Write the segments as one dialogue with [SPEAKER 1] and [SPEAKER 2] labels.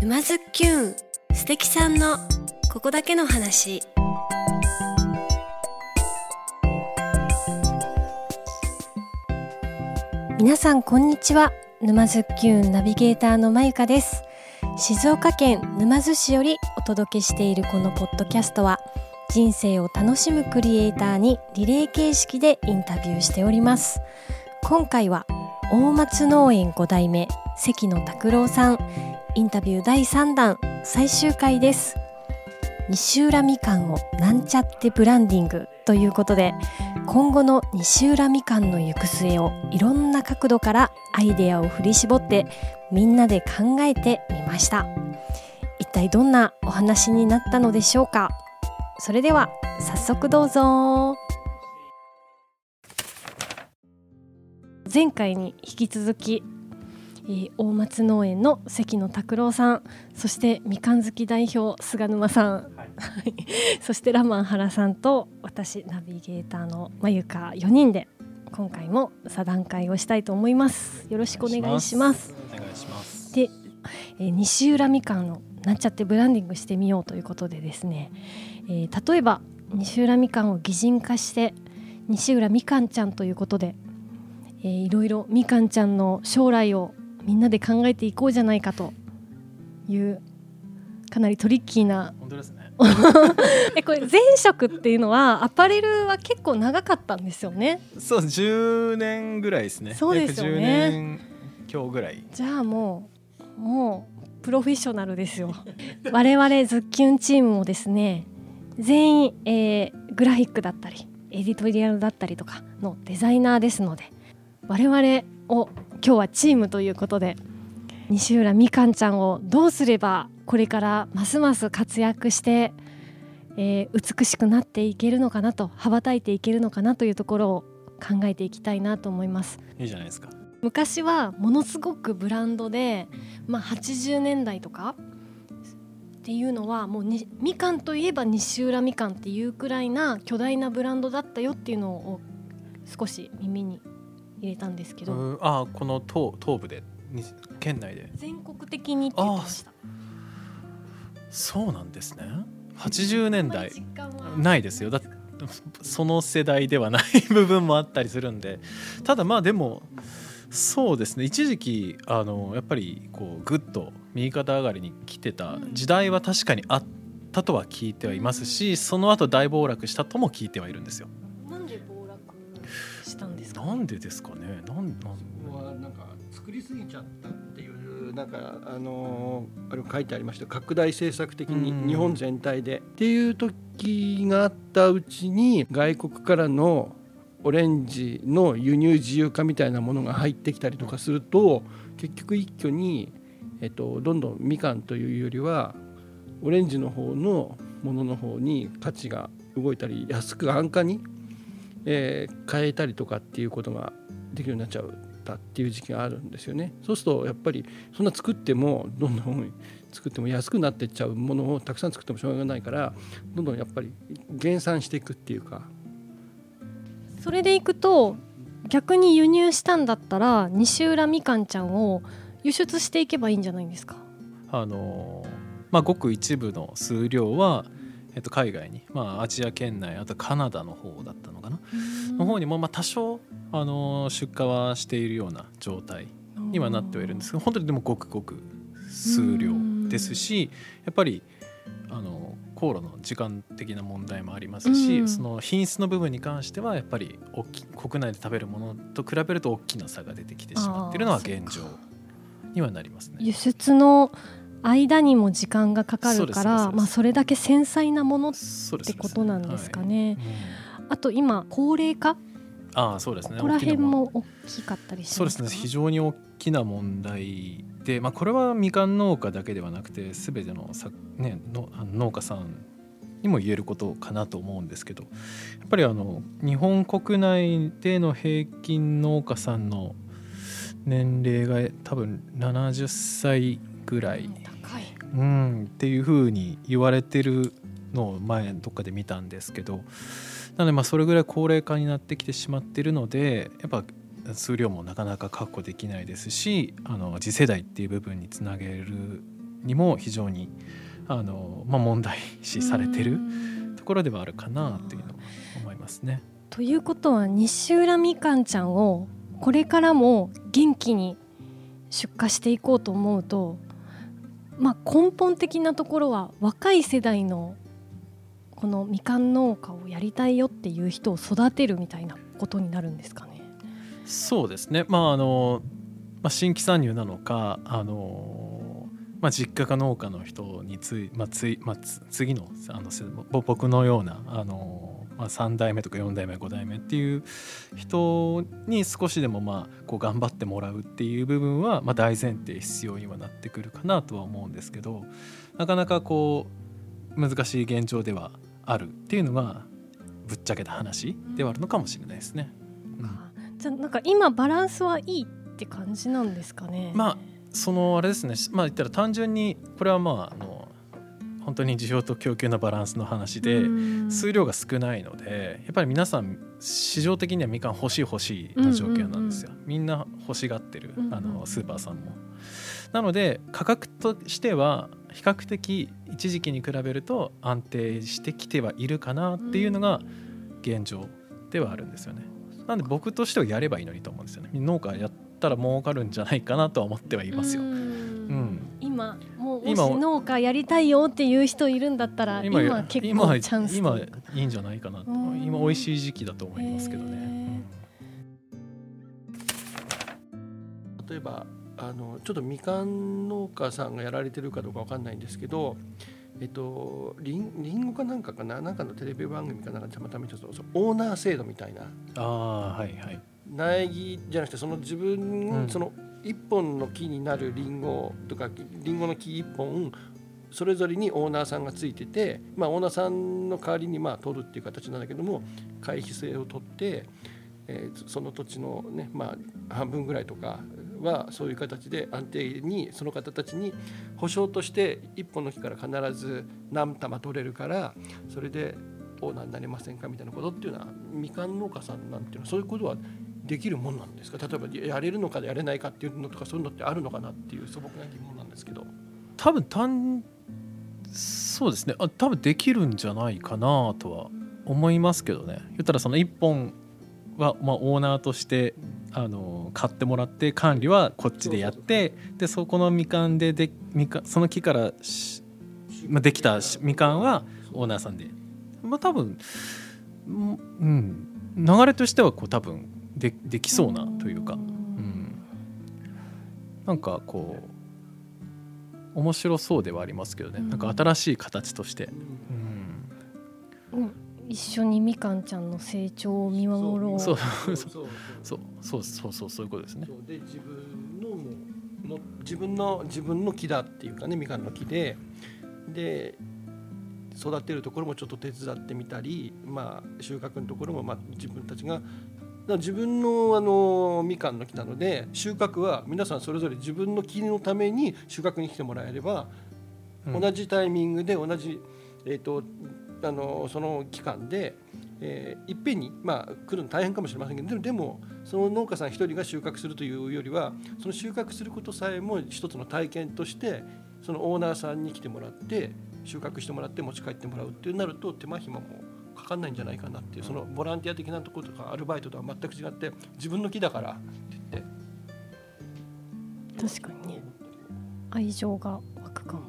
[SPEAKER 1] 沼津きゅん素敵さんのここだけの話。皆さんこんにちは。沼津きゅんナビゲーターのまゆかです。静岡県沼津市よりお届けしているこのポッドキャストは、人生を楽しむクリエイターにリレー形式でインタビューしております。今回は大松農園5代目関野拓郎さん、インタビュー第3弾最終回です。西浦みかんをなんちゃってブランディングということで、今後の西浦みかんの行く末をいろんな角度からアイデアを振り絞ってみんなで考えてみました。一体どんなお話になったのでしょうか。それでは早速どうぞ。前回に引き続き、大松農園の関野拓郎さん、そしてみかん好き代表菅沼さん、はい、そしてラマン原さんと私ナビゲーターのまゆか4人で今回も座談会をしたいと思います。よろしくお願いします。
[SPEAKER 2] お願いします。
[SPEAKER 1] で、西浦みかんをなんちゃってブランディングしてみようということでですね、例えば西浦みかんを擬人化して西浦みかんちゃんということで、いろいろみかんちゃんの将来をみんなで考えていこうじゃないかというかなりトリッキーな。
[SPEAKER 2] 本当ですね
[SPEAKER 1] これ前職っていうのはアパレルは結構長かったんですよね。
[SPEAKER 2] そう10年ぐらいですね。
[SPEAKER 1] そうですよね。
[SPEAKER 2] 約10年今日ぐらい。
[SPEAKER 1] じゃあもうプロフェッショナルですよ我々ズッキュンチームもですね、全員、グラフィックだったりエディトリアルだったりとかのデザイナーですので、我々を今日はチームということで、西浦みかんちゃんをどうすればこれからますます活躍して、美しくなっていけるのかなと、羽ばたいていけるのかなというところを考えていきたいなと思います。
[SPEAKER 2] いいじゃないですか。
[SPEAKER 1] 昔はものすごくブランドで、80年代とかっていうのはもうみかんといえば西浦みかんっていうくらいな巨大なブランドだったよっていうのを少し耳に入れたんですけど、
[SPEAKER 2] この東部で県内で
[SPEAKER 1] 全国的にって言ってました。
[SPEAKER 2] そうなんですね。80年代ないですよ。だってその世代ではない部分もあったりするんで。ただでもそうですね、一時期やっぱりこうグッと右肩上がりに来てた時代は確かにあったとは聞いてはいますし、その後大暴落したとも聞いてはいるんですよ。
[SPEAKER 1] なんで暴落したんですか。
[SPEAKER 2] なんでですかね。
[SPEAKER 3] なんか作りすぎちゃったっていうあれ書いてありました。拡大政策的に日本全体でっていう時があったうちに、外国からのオレンジの輸入自由化みたいなものが入ってきたりとかすると、結局一挙に、どんどんみかんというよりはオレンジの方のものの方に価値が動いたり、安く安価に、買えたりとかっていうことができるようになっちゃったっていう時期があるんですよね。そうするとやっぱりそんな作ってもどんどん作っても安くなっていっちゃうものをたくさん作ってもしょうがないから、どんどんやっぱり減産していくっていうか。
[SPEAKER 1] それでいくと逆に輸入したんだったら西浦みかんちゃんを輸出していけばいいんじゃないんですか。
[SPEAKER 2] ごく一部の数量は、海外に、アジア圏内、あとカナダの方だったのかな、の方にも多少、出荷はしているような状態にはなってはいるんですけど、本当にでもごくごく数量ですし、やっぱり航路の時間的な問題もありますし、その品質の部分に関してはやっぱり国内で食べるものと比べると大きな差が出てきてしまっているのは現状にはなりますね。
[SPEAKER 1] 輸出の間にも時間がかかるから、それだけ繊細なものってことなんですかね。あと今高齢化、
[SPEAKER 2] そうですね、
[SPEAKER 1] ここら辺も大きかったりしますか。
[SPEAKER 2] そうですね、非常に大きな問題で、これはみかん農家だけではなくて全ての農家さんにも言えることかなと思うんですけど、やっぱり日本国内での平均農家さんの年齢が多分70歳ぐらい、っていう風に言われてるのを前どっかで見たんですけど、なのでそれぐらい高齢化になってきてしまっているので、やっぱ数量もなかなか確保できないですし、次世代っていう部分につなげるにも非常に問題視されてるところではあるかなというのは思いますね。
[SPEAKER 1] ということは西浦みかんちゃんをこれからも元気に出荷していこうと思うと、根本的なところは若い世代のこのみかん農家をやりたいよっていう人を育てるみたいなことになるんですかね。
[SPEAKER 2] そうですね、新規参入なのか、実家が農家の人に次の僕のような3代目とか4代目5代目っていう人に少しでも頑張ってもらうっていう部分は大前提必要にはなってくるかなとは思うんですけど、なかなか難しい現状ではあるっていうのがぶっちゃけた話ではあるのかもしれないですね。
[SPEAKER 1] じゃあ今バランスはいいって感じなんですかね。
[SPEAKER 2] あれですね、言ったら単純にこれは本当に需要と供給のバランスの話で、数量が少ないのでやっぱり皆さん市場的にはみかん欲しいな状況なんですよ。みんな欲しがってる、スーパーさんも。なので価格としては比較的一時期に比べると安定してきてはいるかなっていうのが現状ではあるんですよね。なので僕としてはやればいいのにと思うんですよね。農家やったら儲かるんじゃないかなとは思ってはいますよ。
[SPEAKER 1] 今もし農家やりたいよっていう人いるんだったら今結構チャンス
[SPEAKER 2] 今いいんじゃないかなと。今美味しい時期だと思いますけどね。
[SPEAKER 3] 例えばちょっとみかん農家さんがやられてるかどうかわかんないんですけど、リンゴかなんかのテレビ番組かなんかたまたまオーナー制度みたいな、苗木じゃなくてその自分、その一本の木になるリンゴとかリンゴの木一本それぞれにオーナーさんがついてて、オーナーさんの代わりに取るっていう形なんだけども、会費制を取って、その土地のね、半分ぐらいとかはそういう形で安定にその方たちに保証として一本の木から必ず何玉取れるからそれでオーナーになれませんかみたいなことっていうのはみかん農家さんなんていうのはそういうことはできるもんなんですか。例えばやれるのかやれないかっていうのとかそういうのってあるのかなっていう素朴な疑問なんですけど。
[SPEAKER 2] 多分そうですね、多分できるんじゃないかなとは思いますけどね。言ったらその一本はオーナーとして買ってもらって管理はこっちでやって、でそこのみかんでその木からできたみかんはオーナーさんで、多分、流れとしては多分できそうなというか、なんか面白そうではありますけどね。なんか新しい形として、
[SPEAKER 1] 一緒にみかんちゃんの成長を見守ろう。
[SPEAKER 2] そういうことですね。
[SPEAKER 3] で自分の木だっていうかね、みかんの木で育てるところもちょっと手伝ってみたり、収穫のところも自分たちが自分のみかんの木なので収穫は皆さんそれぞれ自分の木のために収穫に来てもらえれば、同じタイミングで同じ、その期間で、いっぺんに、来るの大変かもしれませんけど、でもその農家さん一人が収穫するというよりはその収穫することさえも一つの体験としてそのオーナーさんに来てもらって収穫してもらって持ち帰ってもらうってなると手間暇もかかんないんじゃないかなっていう、そのボランティア的なところとかアルバイトとは全く違って自分の木だからって言って
[SPEAKER 1] 確かにね、愛情が湧くかも。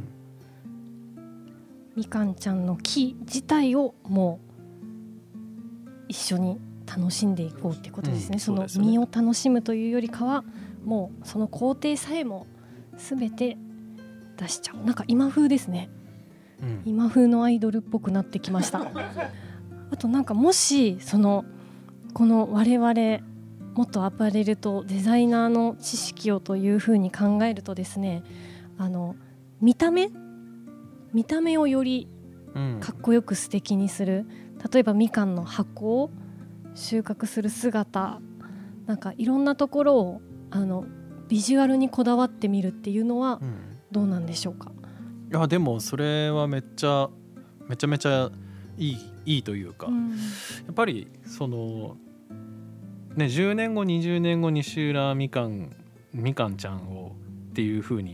[SPEAKER 1] みかんちゃんの木自体をもう一緒に楽しんでいこうってことですね。その実を楽しむというよりかはもうその工程さえも全て出しちゃう。なんか今風ですね。今風のアイドルっぽくなってきましたあとなんかもしこの我々元アパレルとデザイナーの知識をというふうに考えるとですね、見た目をよりかっこよく素敵にする、例えばみかんの箱を収穫する姿、なんかいろんなところをビジュアルにこだわってみるっていうのはどうなんでしょうか。
[SPEAKER 2] いやでもそれはめちゃめちゃいいというか、やっぱり10年後20年後西浦みかんちゃんをっていう風に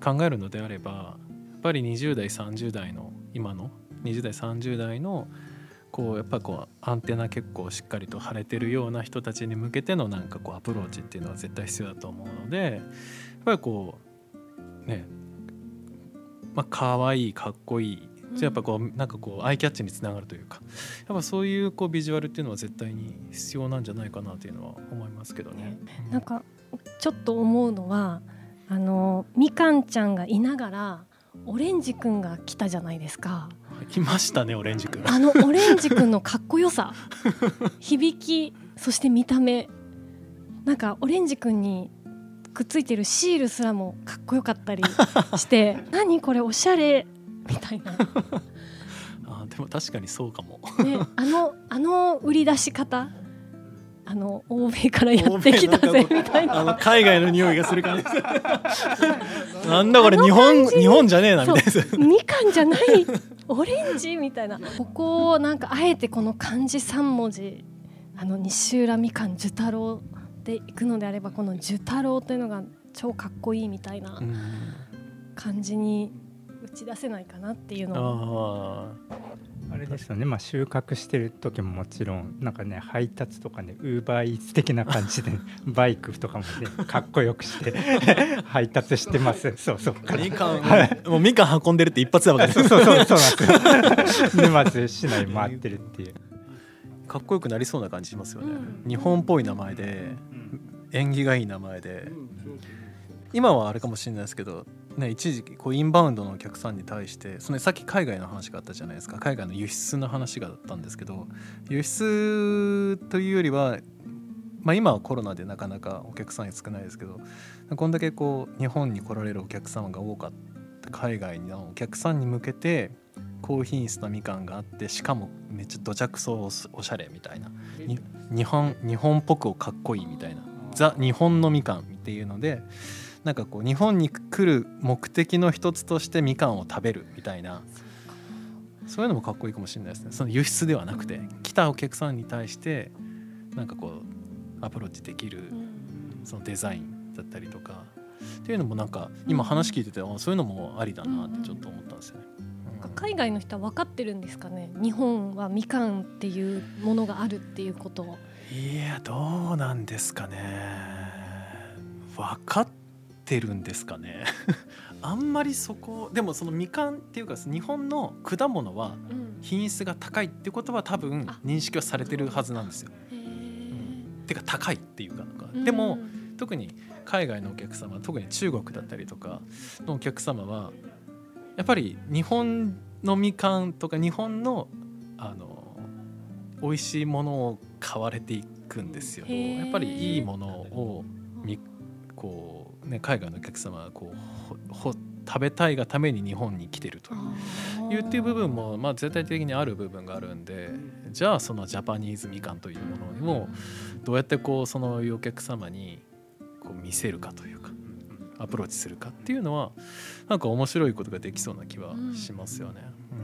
[SPEAKER 2] 考えるのであればやっぱり20代30代の今の20代30代のこうやっぱこうアンテナ結構しっかりと張れてるような人たちに向けてのなんかこうアプローチっていうのは絶対必要だと思うので、やっぱりこうね、可愛いかっこいい、やっぱこうなんかこうアイキャッチにつながるというか、やっぱそういうこうビジュアルっていうのは絶対に必要なんじゃないかなというのは思いますけどね。
[SPEAKER 1] なんかちょっと思うのはみかんちゃんがいながらオレンジくんが来たじゃないですか。
[SPEAKER 2] いましたね、オレンジくん。
[SPEAKER 1] オレンジくんのかっこよさ響き、そして見た目、なんかオレンジくんにくっついてるシールすらもかっこよかったりして何これおしゃれみたいな
[SPEAKER 2] でも確かにそうかも、
[SPEAKER 1] ね、売り出し方、欧米からやってきたぜみたいな
[SPEAKER 2] 海外の匂いがする感じなんだこれ日本じゃねえなみたいな、
[SPEAKER 1] みかんじゃないオレンジみたいな、ここをなんかあえてこの漢字3文字西浦みかん寿太郎でいくのであれば、この寿太郎というのが超かっこいいみたいな感じに打ち出せないかなっていうの
[SPEAKER 4] あれですよね、収穫してる時ももちろんなんかね、配達とかね、ウーバーイーツ的な感じでバイクとかもねかっこよくして配達してます。そう
[SPEAKER 2] みかん、もうみかん運んでるって一発だわけです。
[SPEAKER 4] そうなんですよ沼津市内回ってるっていう、
[SPEAKER 2] かっこよくなりそうな感じしますよね、日本っぽい名前で、縁起がいい名前で、今はあれかもしれないですけどね、一時期こうインバウンドのお客さんに対してさっき海外の話があったじゃないですか。海外の輸出の話があったんですけど、輸出というよりは、今はコロナでなかなかお客さん少ないですけど、こんだけこう日本に来られるお客様が多かった海外のお客さんに向けて高品質なみかんがあって、しかもめっちゃどちゃくそおしゃれみたいな、日本っぽくかっこいいみたいな、ザ日本のみかんっていうので、なんかこう日本に来る目的の一つとしてみかんを食べるみたいな、そういうのもかっこいいかもしれないですね。その輸出ではなくて、来たお客さんに対してなんかこうアプローチできるそのデザインだったりとかっていうのもなんか今話聞いてて、そういうのもありだなってちょっと思ったんですよね。
[SPEAKER 1] 海外の人は分かってるんですかね、日本はみかんっていうものがあるっていうことを。
[SPEAKER 2] いや、どうなんですかね、分かってるんですかねあんまりそこでも、そのみかんっていうか日本の果物は品質が高いってことは多分認識はされてるはずなんですよ、てか高いっていうか、でも特に海外のお客様、特に中国だったりとかのお客様はやっぱり日本のみかんとか日本の美味しいものを買われていくんですよ。やっぱりいいものをこう、ね、海外のお客様はこう食べたいがために日本に来てるというっていう部分も、絶対的にある部分があるんで、じゃあそのジャパニーズみかんというものにもどうやってこうそのお客様にこう見せるかというかアプローチするかっていうのはなんか面白いことができそうな気はしますよね。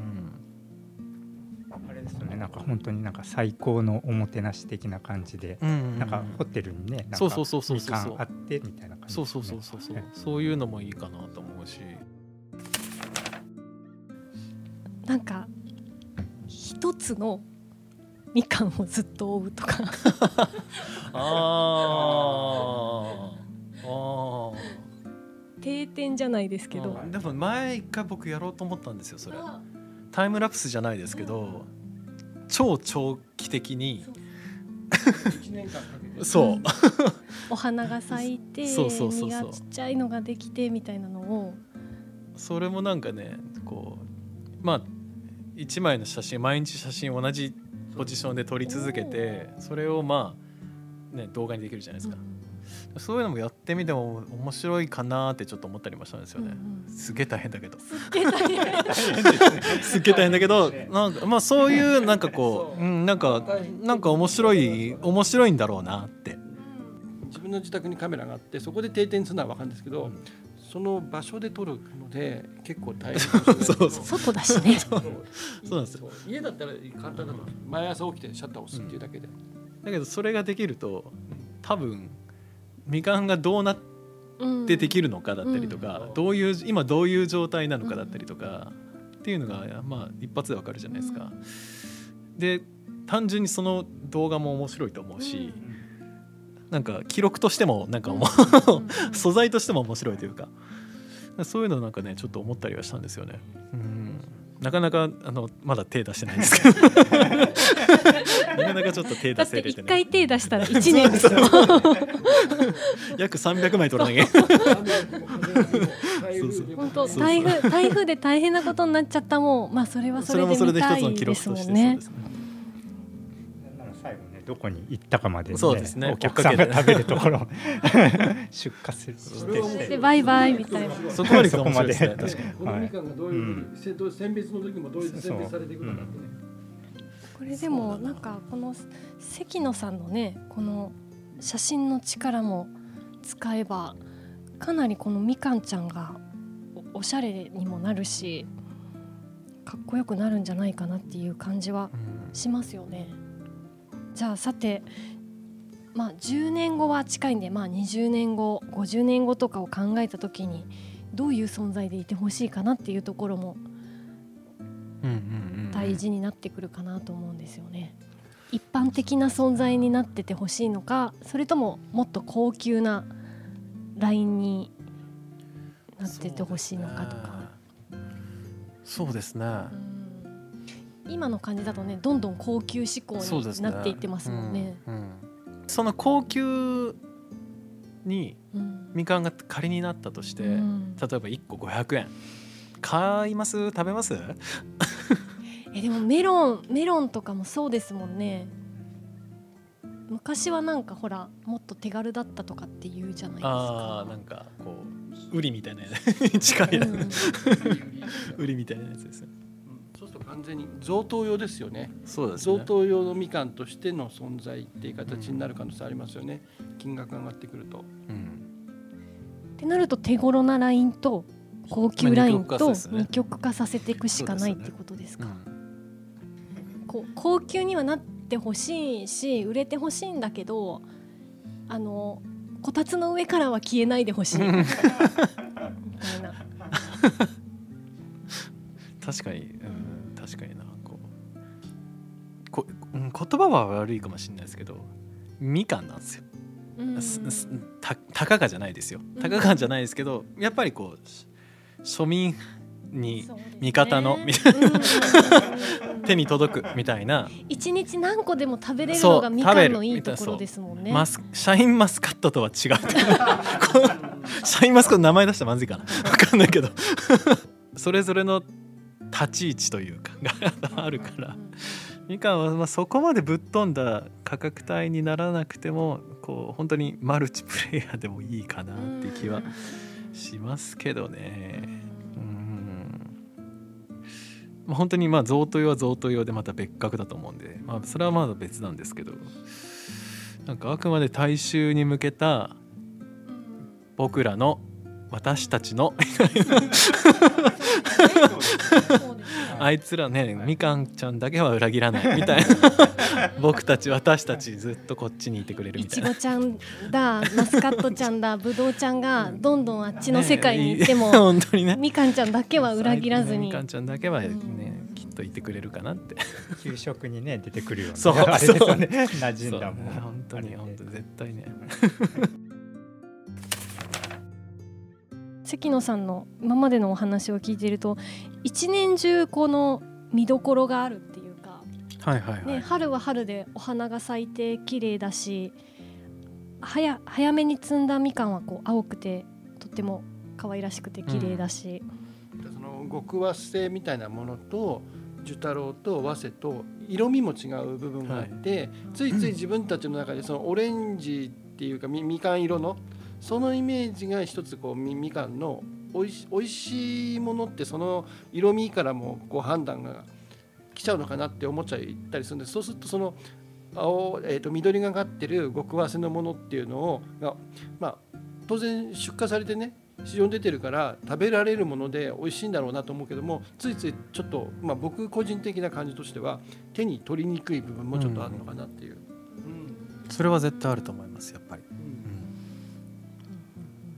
[SPEAKER 4] あれですよね、なんか本当になんか最高のおもてなし的な感じで、なんかホテルにね、なんかみかんあってみたいな感じですね。
[SPEAKER 2] そういうのもいいかなと思うし、
[SPEAKER 1] なんか一つのみかんをずっと追うとか定点じゃないですけど、
[SPEAKER 2] でも前一回僕やろうと思ったんですよ。それタイムラプスじゃないですけど、超長期的に
[SPEAKER 3] 1年間かけて
[SPEAKER 2] そう
[SPEAKER 1] お花が咲いて実がちっちゃいのができてみたいなのを、
[SPEAKER 2] それもなんかね、こう1枚の写真、毎日写真同じポジションで撮り続けて、それを動画にできるじゃないですか。そういうのもやってみても面白いかなってちょっと思ったりもしたんですよね。すげえ大変だけどすげえ大変だけど、なんかそういうなんかこう、なんか面白いんだろうなって。
[SPEAKER 3] 自分の自宅にカメラがあって、そこで定点するのは分かるんですけど、その場所で撮るので結構大変
[SPEAKER 1] 外だしね
[SPEAKER 2] そうなんですよ。
[SPEAKER 3] 家だったら簡単だと思う。毎朝起きてシャッターを押すっていうだけで、だ
[SPEAKER 2] けどそれができると多分みかんがどうなって定できるのかだったりとか、今どういう状態なのかだったりとか、っていうのがまあ一発でわかるじゃないですか。で単純にその動画も面白いと思うし、なんか記録としてもなんか素材としても面白いというか、そういうのなんかねちょっと思ったりはしたんですよね。なかなかまだ手出してないんですけどなかなかちょっと手出せれて
[SPEAKER 1] だって1回手出したら1年ですよ
[SPEAKER 2] 約300枚取らなきゃいけない
[SPEAKER 1] 本当台風で大変なことになっちゃったもん、まあそれはそれで見たいですもんね。
[SPEAKER 4] 最後ねどこに行ったかまで、ね、
[SPEAKER 2] そうですね、
[SPEAKER 4] お客さんが食べるところ出荷する
[SPEAKER 1] でバイバイみたいな、
[SPEAKER 2] そこまで面白いですね。確かに
[SPEAKER 3] このみかんがどういう選別の時もどういう選別されていくのかってね。
[SPEAKER 1] これでもなんかこの関野さんのねこの写真の力も使えばかなりこのみかんちゃんが おしゃれにもなるしかっこよくなるんじゃないかなっていう感じはしますよね。じゃあさて、まあ、10年後は近いんで、まあ、20年後50年後とかを考えた時にどういう存在でいてほしいかなっていうところも大事になってくるかなと思うんですよね。一般的な存在になっててほしいのか、それとももっと高級なラインになっててほしいのかとか。
[SPEAKER 2] そうですね、
[SPEAKER 1] 今の感じだとねどんどん高級志向になっていってますもんね。
[SPEAKER 2] その高級にみかんが仮になったとして、例えば1個500円買います？食べます？
[SPEAKER 1] でもメロンとかもそうですもんね。昔はなんかほらもっと手軽だったとかって言うじゃないですか。
[SPEAKER 2] なんかこうウリみたいな近いウリみたいなやつですね。
[SPEAKER 3] そうすると完全に贈答用ですよね。
[SPEAKER 2] そうですね。
[SPEAKER 3] 贈答用のみかんとしての存在っていう形になる可能性ありますよね。金額が上がってくると。
[SPEAKER 1] ってなると手頃なラインと高級ラインと二極化させていくしかないってことですか。高級にはなってほしいし売れてほしいんだけどこたつの上からは消えないでほしいみたいな
[SPEAKER 2] 確かに、確かにな言葉は悪いかもしれないですけどみかんなんですよ。たかがじゃないですよ。たかがじゃないですけどやっぱりこう庶民に味方の、みたいな手に届くみたいな。
[SPEAKER 1] 一日何個でも食べれるのがみかんのいいところですもんね。
[SPEAKER 2] シャインマスカットとは違うシャインマスカット名前出したらまずいかな分かんないけどそれぞれの立ち位置というかがあるからみかんはまあそこまでぶっ飛んだ価格帯にならなくてもこう本当にマルチプレイヤーでもいいかなって気はしますけどね。本当にまあ贈答用は贈答用でまた別格だと思うんで、まあ、それはまだ別なんですけど、なんかあくまで大衆に向けた僕らの私たちのあいつらねみかんちゃんだけは裏切らないみたいな僕たち私たちずっとこっちにいてくれるみたいな。
[SPEAKER 1] いちごちゃんだマスカットちゃんだぶどうちゃんがどんどんあっちの世界に行っても、
[SPEAKER 2] 本当にね
[SPEAKER 1] みかんちゃんだけは裏切らずに、
[SPEAKER 2] みかんちゃんだけはね、きっといてくれるかなって
[SPEAKER 4] 給食にね出てくるような
[SPEAKER 2] そう
[SPEAKER 4] あれですよね馴染んだもん、
[SPEAKER 2] 本当に絶対ね
[SPEAKER 1] 関野さんの今までのお話を聞いていると一年中この見どころがあるっていうか、春は春でお花が咲いて綺麗だし、早めに摘んだみかんはこう青くてとっても可愛らしくて綺麗だし、
[SPEAKER 3] その極早生みたいなものと寿太郎と早生と色味も違う部分があって、ついつい自分たちの中でそのオレンジっていうか みかん色のそのイメージが一つこう みかんのおいしいものってその色味からもこう判断が来ちゃうのかなって思っちゃったりするんです。そうするとその緑がかってる極早生のものっていうのが、当然出荷されてね市場に出てるから食べられるもので美味しいんだろうなと思うけども、ついついちょっと、僕個人的な感じとしては手に取りにくい部分もちょっとあるのかなっていう、
[SPEAKER 2] それは絶対あると思いますやっぱり。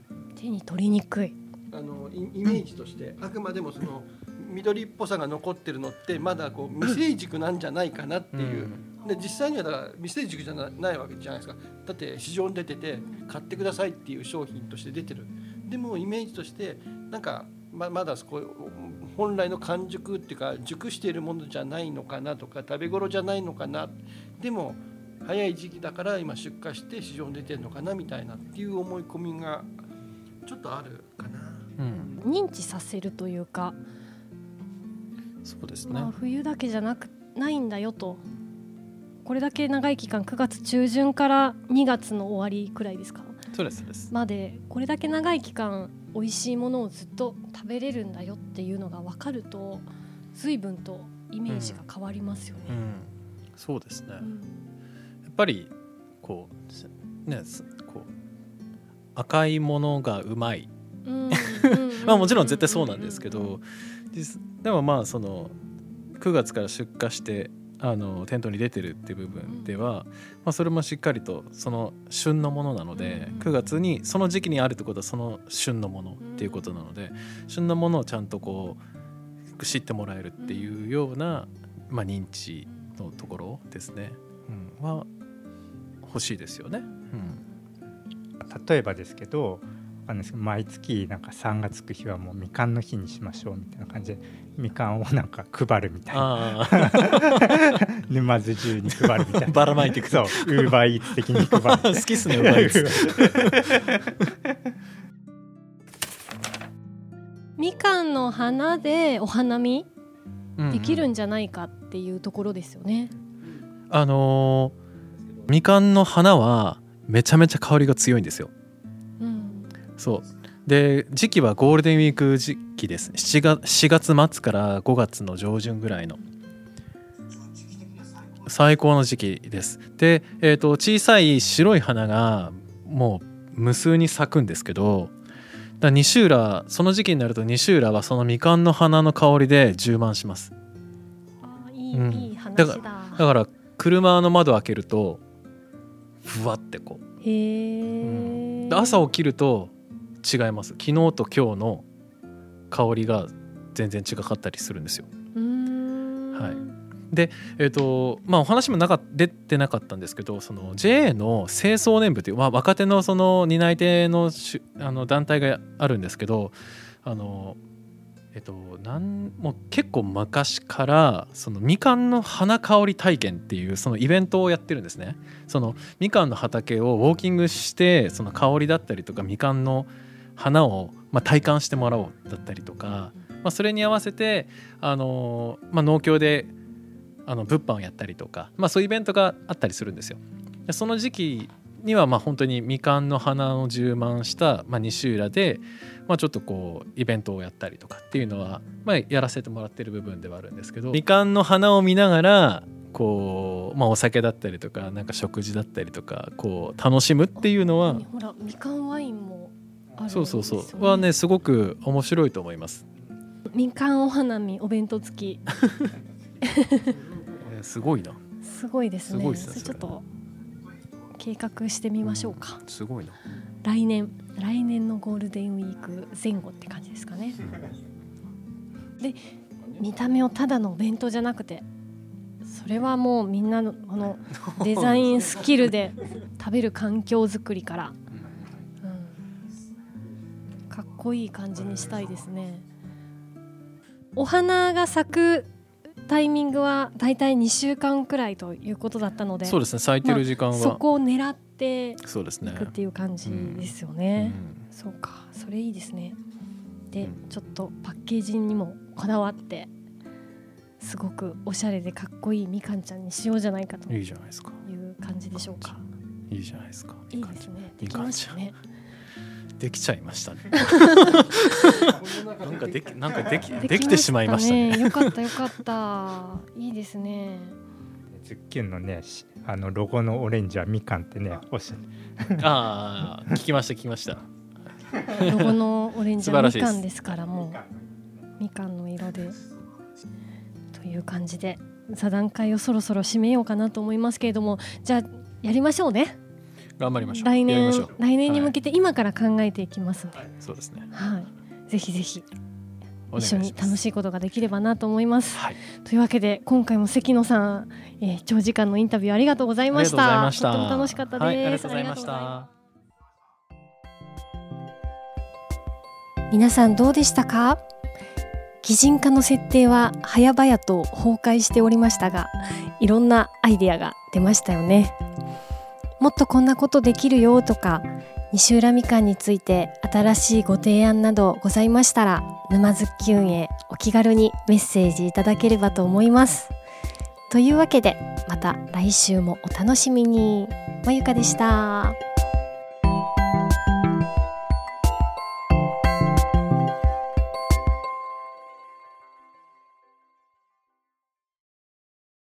[SPEAKER 1] 手に取りにくい。
[SPEAKER 3] イメージとしてあくまでもその緑っぽさが残ってるのってまだこう未成熟なんじゃないかなっていう、で実際にはだから未成熟じゃないわけじゃないですか。だって市場に出てて買ってくださいっていう商品として出てる。でもイメージとしてなんかまだ本来の完熟っていうか熟しているものじゃないのかなとか食べ頃じゃないのかな、でも早い時期だから今出荷して市場に出てるのかなみたいなっていう思い込みがちょっとあるかな。
[SPEAKER 1] 認知させるというか、
[SPEAKER 2] そうですね、
[SPEAKER 1] 冬だけじゃないんだよと。これだけ長い期間9月中旬から2月の終わりくらいですか。
[SPEAKER 2] そうです
[SPEAKER 1] までこれだけ長い期間美味しいものをずっと食べれるんだよっていうのが分かると随分とイメージが変わりますよね。
[SPEAKER 2] そうですね、やっぱりこうねこう赤いものがうまいもちろん絶対そうなんですけど、でもまあその9月から出荷して店頭に出てるっていう部分では、それもしっかりとその旬のものなので、9月にその時期にあるってことはその旬のものっていうことなので、旬のものをちゃんとこう知ってもらえるっていうような、認知のところですね、は欲しいですよね。
[SPEAKER 4] 例えばですけど毎月なんか3がつく日はもうみかんの日にしましょうみたいな感じでみかんをなんか配るみたいな沼津中に配るみたいな
[SPEAKER 2] ばらまいていく。
[SPEAKER 4] そうウーバーイーツ的に配る
[SPEAKER 2] 好きっすねウーバーイーツ
[SPEAKER 1] みかんの花でお花見できるんじゃないかっていうところですよね。
[SPEAKER 2] みかんの花はめちゃめちゃ香りが強いんですよ。そうで時期はゴールデンウィーク時期です。4月末から5月の上旬ぐらいの最高の時期です。で、小さい白い花がもう無数に咲くんですけど、西浦その時期になると西浦はそのみかんの花の香りで充満します。
[SPEAKER 1] いい話だ。
[SPEAKER 2] だから車の窓開けるとふわってこう、朝起きると違います。昨日と今日の香りが全然違かったりするんですよ。で、お話も出てなかったんですけど、その JA の清掃年部という、若手のその担い手の団体があるんですけど、もう結構昔からそのみかんの花香り体験っていうそのイベントをやってるんですね。そのみかんの畑をウォーキングしてその香りだったりとかみかんの花を体感してもらおうだったりとか、それに合わせて農協で物販をやったりとか、そういうイベントがあったりするんですよ。でその時期には本当にみかんの花を充満した西浦でちょっとこうイベントをやったりとかっていうのはやらせてもらってる部分ではあるんですけど、みかんの花を見ながらこうお酒だったりとかなんか食事だったりとかこう楽しむっていうのは、
[SPEAKER 1] ほらみかんワインもあるんですよね。
[SPEAKER 2] そうはねすごく面白いと思います。
[SPEAKER 1] みかんお花見お弁当付き
[SPEAKER 2] すごいな。
[SPEAKER 1] すごいですね。
[SPEAKER 2] すごいですね。
[SPEAKER 1] ちょっと計画してみましょうか。
[SPEAKER 2] すごいな。
[SPEAKER 1] 来年のゴールデンウィーク前後って感じですかね。で見た目をただのお弁当じゃなくて、それはもうみんなのこのデザインスキルで食べる環境づくりから、かっこいい感じにしたいですね。お花が咲くタイミングはだいたい2週間くらいということだったので、
[SPEAKER 2] そうですね、咲いてる時間は、
[SPEAKER 1] そこを狙ってい
[SPEAKER 2] そうですね
[SPEAKER 1] くっていう感じですよね。そうか、それいいですね。で、ちょっとパッケージにもこだわってすごくおしゃれでかっこいいみかんちゃんにしようじゃないかという感じでしょうか。
[SPEAKER 2] いいじゃないですか。
[SPEAKER 1] いいですね。できましたね。
[SPEAKER 2] できちゃいましたね。なんかできてしまいましたね。
[SPEAKER 1] よかったよかった。いいですね。
[SPEAKER 4] ズッキュンのねロゴのオレンジはみかんってねおっしゃる。
[SPEAKER 2] ああ聞きました。
[SPEAKER 1] ロゴのオレンジはみかんですから、もうみかんの色でという感じで座談会をそろそろ締めようかなと思いますけれども、じゃあやりましょうね。
[SPEAKER 2] 頑張りましょう。
[SPEAKER 1] 来
[SPEAKER 2] やりましょう。
[SPEAKER 1] 年に向けて今から考えていきますので、
[SPEAKER 2] そうですね。
[SPEAKER 1] はい、ぜひぜひ
[SPEAKER 2] お願いします。
[SPEAKER 1] 一緒に楽しいことができればなと思います。
[SPEAKER 2] はい。
[SPEAKER 1] というわけで今回も関野さん、長時間のインタビューありがとうございました。
[SPEAKER 2] ありがとうございました。
[SPEAKER 1] とっても楽しかったです。
[SPEAKER 2] はい、ありがとうございまし
[SPEAKER 1] ありがとうございま
[SPEAKER 2] た。
[SPEAKER 1] 皆さんどうでしたか？擬人化の設定は早々と崩壊しておりましたが、いろんなアイデアが出ましたよね。もっとこんなことできるよとか、西浦みかんについて新しいご提案などございましたら、沼津きゅんへお気軽にメッセージいただければと思います。というわけでまた来週もお楽しみに。まゆかでした。